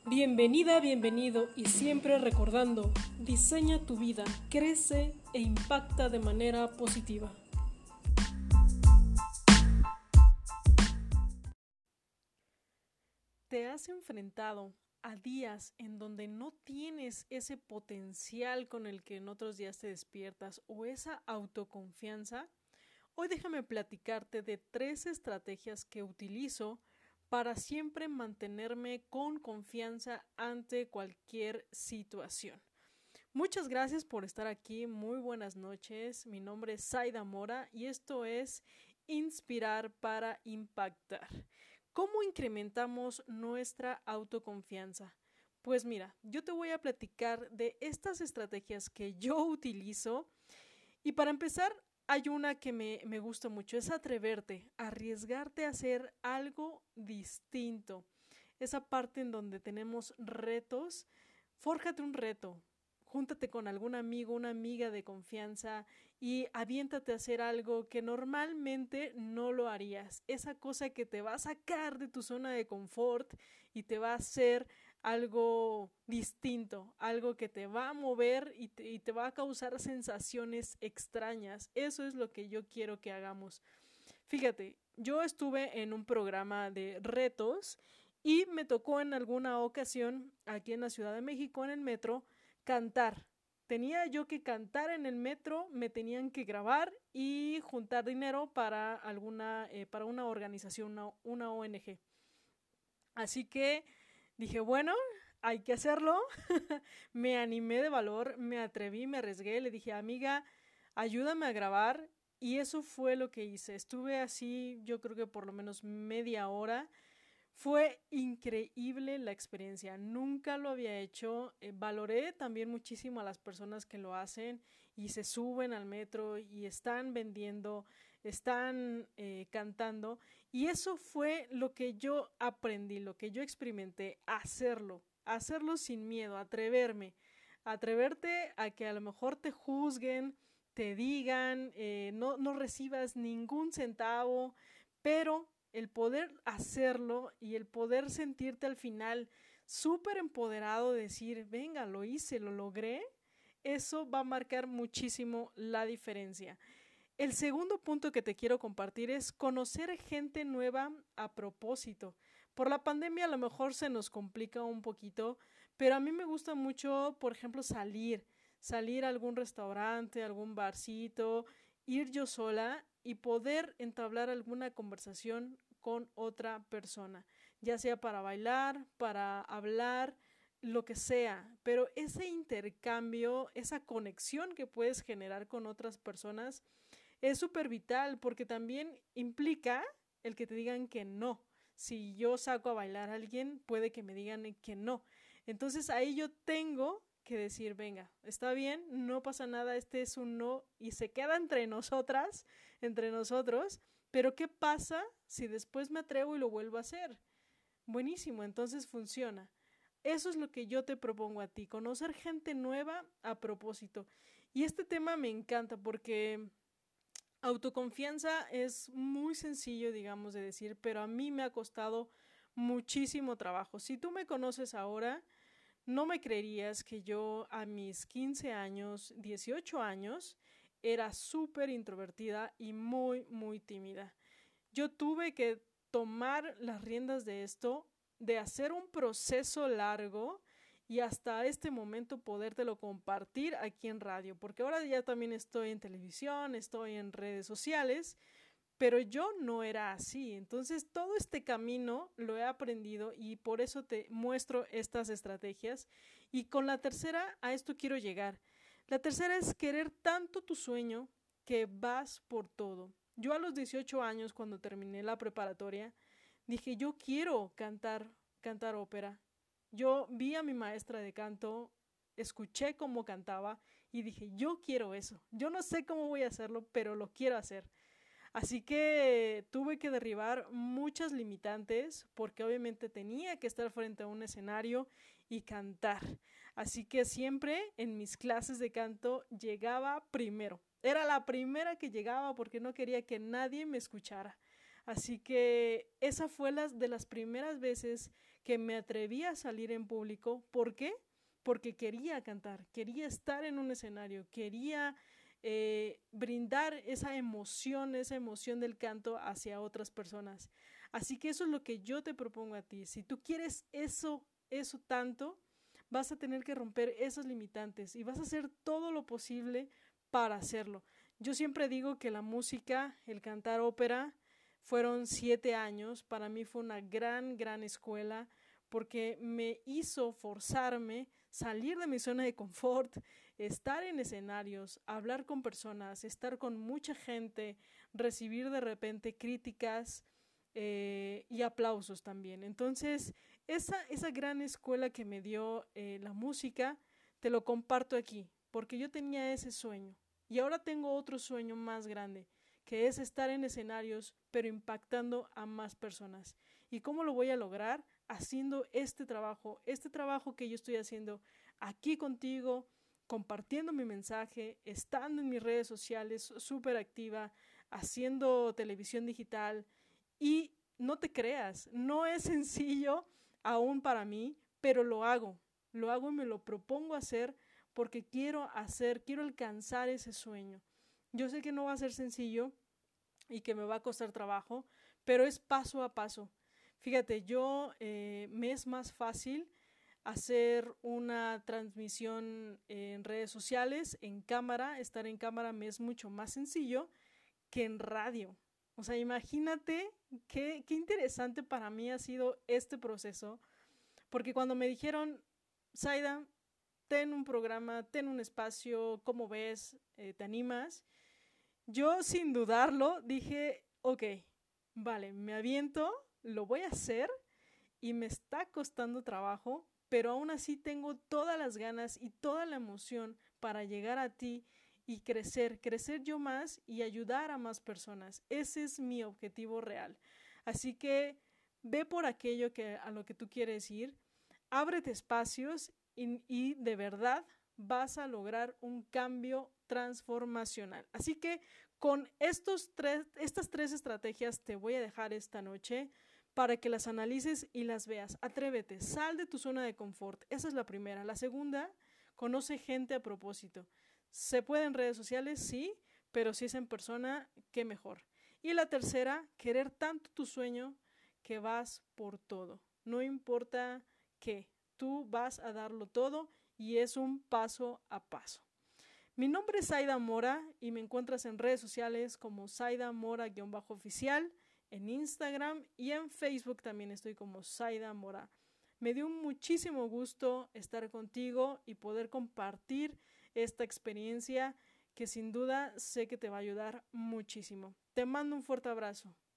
Bienvenida, bienvenido y siempre recordando, diseña tu vida, crece e impacta de manera positiva. ¿Te has enfrentado a días en donde no tienes ese potencial con el que en otros días te despiertas o esa autoconfianza? Hoy déjame platicarte de 3 estrategias que utilizo para siempre mantenerme con confianza ante cualquier situación. Muchas gracias por estar aquí, muy buenas noches, mi nombre es Zaida Mora y esto es Inspirar para Impactar. ¿Cómo incrementamos nuestra autoconfianza? Pues mira, yo te voy a platicar de estas estrategias que yo utilizo y para empezar hay una que me gusta mucho, es atreverte, arriesgarte a hacer algo distinto. Esa parte en donde tenemos retos, fórjate un reto, júntate con algún amigo, una amiga de confianza y aviéntate a hacer algo que normalmente no lo harías. Esa cosa que te va a sacar de tu zona de confort y te va a hacer algo distinto, algo que te va a mover y te va a causar sensaciones extrañas. Eso es lo que yo quiero que hagamos. Fíjate, yo estuve en un programa de retos y me tocó en alguna ocasión aquí en la Ciudad de México en el metro cantar. Tenía yo que cantar en el metro, me tenían que grabar y juntar dinero para para una organización, una ONG. Así que dije, bueno, hay que hacerlo. Me animé de valor, me atreví, me arriesgué, le dije, amiga, ayúdame a grabar. Y eso fue lo que hice. Estuve así, yo creo que por lo menos media hora. Fue increíble la experiencia, nunca lo había hecho, valoré también muchísimo a las personas que lo hacen y se suben al metro y están vendiendo, están cantando y eso fue lo que yo aprendí, lo que yo experimenté, hacerlo sin miedo, atreverte a que a lo mejor te juzguen, te digan, no recibas ningún centavo, pero el poder hacerlo y el poder sentirte al final súper empoderado, decir, venga, lo hice, lo logré, eso va a marcar muchísimo la diferencia. El segundo punto que te quiero compartir es conocer gente nueva a propósito. Por la pandemia a lo mejor se nos complica un poquito, pero a mí me gusta mucho, por ejemplo, salir a algún restaurante, algún barcito, ir yo sola y poder entablar alguna conversación con otra persona, ya sea para bailar, para hablar, lo que sea, pero ese intercambio, esa conexión que puedes generar con otras personas es súper vital porque también implica el que te digan que no. Si yo saco a bailar a alguien, puede que me digan que no. Entonces ahí yo tengo que decir, venga, está bien, no pasa nada, este es un no y se queda entre nosotras, entre nosotros, pero ¿qué pasa si después me atrevo y lo vuelvo a hacer? Buenísimo, entonces funciona. Eso es lo que yo te propongo a ti, conocer gente nueva a propósito. Y este tema me encanta porque autoconfianza es muy sencillo, digamos, de decir, pero a mí me ha costado muchísimo trabajo. Si tú me conoces ahora, no me creerías que yo a mis 15 años, 18 años, era súper introvertida y muy, muy tímida. Yo tuve que tomar las riendas de esto, de hacer un proceso largo y hasta este momento podértelo compartir aquí en radio, porque ahora ya también estoy en televisión, estoy en redes sociales, pero yo no era así. Entonces todo este camino lo he aprendido y por eso te muestro estas estrategias. Y con la tercera, a esto quiero llegar. La tercera es querer tanto tu sueño que vas por todo. Yo a los 18 años, cuando terminé la preparatoria, dije, yo quiero cantar ópera. Yo vi a mi maestra de canto, escuché cómo cantaba y dije, yo quiero eso. Yo no sé cómo voy a hacerlo, pero lo quiero hacer. Así que tuve que derribar muchas limitantes porque obviamente tenía que estar frente a un escenario y cantar. Así que siempre en mis clases de canto llegaba primero. Era la primera que llegaba porque no quería que nadie me escuchara. Así que esa fue de las primeras veces que me atreví a salir en público. ¿Por qué? Porque quería cantar, quería estar en un escenario, quería brindar esa emoción del canto hacia otras personas. Así que eso es lo que yo te propongo a ti. Si tú quieres eso tanto, vas a tener que romper esos limitantes y vas a hacer todo lo posible para hacerlo. Yo siempre digo que la música, el cantar ópera, fueron 7 años. Para mí fue una gran escuela porque me hizo forzarme, salir de mi zona de confort, estar en escenarios, hablar con personas, estar con mucha gente, recibir de repente críticas y aplausos también. Entonces, esa gran escuela que me dio la música, te lo comparto aquí, porque yo tenía ese sueño. Y ahora tengo otro sueño más grande, que es estar en escenarios, pero impactando a más personas. ¿Y cómo lo voy a lograr? Haciendo este trabajo que yo estoy haciendo aquí contigo, compartiendo mi mensaje, estando en mis redes sociales, súper activa, haciendo televisión digital. Y no te creas, no es sencillo aún para mí, pero lo hago y me lo propongo hacer porque quiero alcanzar ese sueño. Yo sé que no va a ser sencillo y que me va a costar trabajo, pero es paso a paso. Fíjate, me es más fácil hacer una transmisión en redes sociales, en cámara, estar en cámara me es mucho más sencillo que en radio. O sea, imagínate qué interesante para mí ha sido este proceso, porque cuando me dijeron, Zaida, ten un programa, ten un espacio, ¿cómo ves? ¿Te animas? Yo sin dudarlo dije, ok, vale, me aviento, lo voy a hacer y me está costando trabajo, pero aún así tengo todas las ganas y toda la emoción para llegar a ti y crecer yo más y ayudar a más personas. Ese es mi objetivo real. Así que ve por aquello a lo que tú quieres ir, ábrete espacios y de verdad vas a lograr un cambio transformacional. Así que con estas tres estrategias te voy a dejar esta noche para que las analices y las veas. Atrévete, sal de tu zona de confort. Esa es la primera. La segunda, conoce gente a propósito. ¿Se puede en redes sociales? Sí, pero si es en persona, qué mejor. Y la tercera, querer tanto tu sueño que vas por todo. No importa qué, tú vas a darlo todo y es un paso a paso. Mi nombre es Zaida Mora y me encuentras en redes sociales como Zaida Mora-oficial, en Instagram y en Facebook también estoy como Zaida Mora. Me dio muchísimo gusto estar contigo y poder compartir esta experiencia que sin duda sé que te va a ayudar muchísimo. Te mando un fuerte abrazo.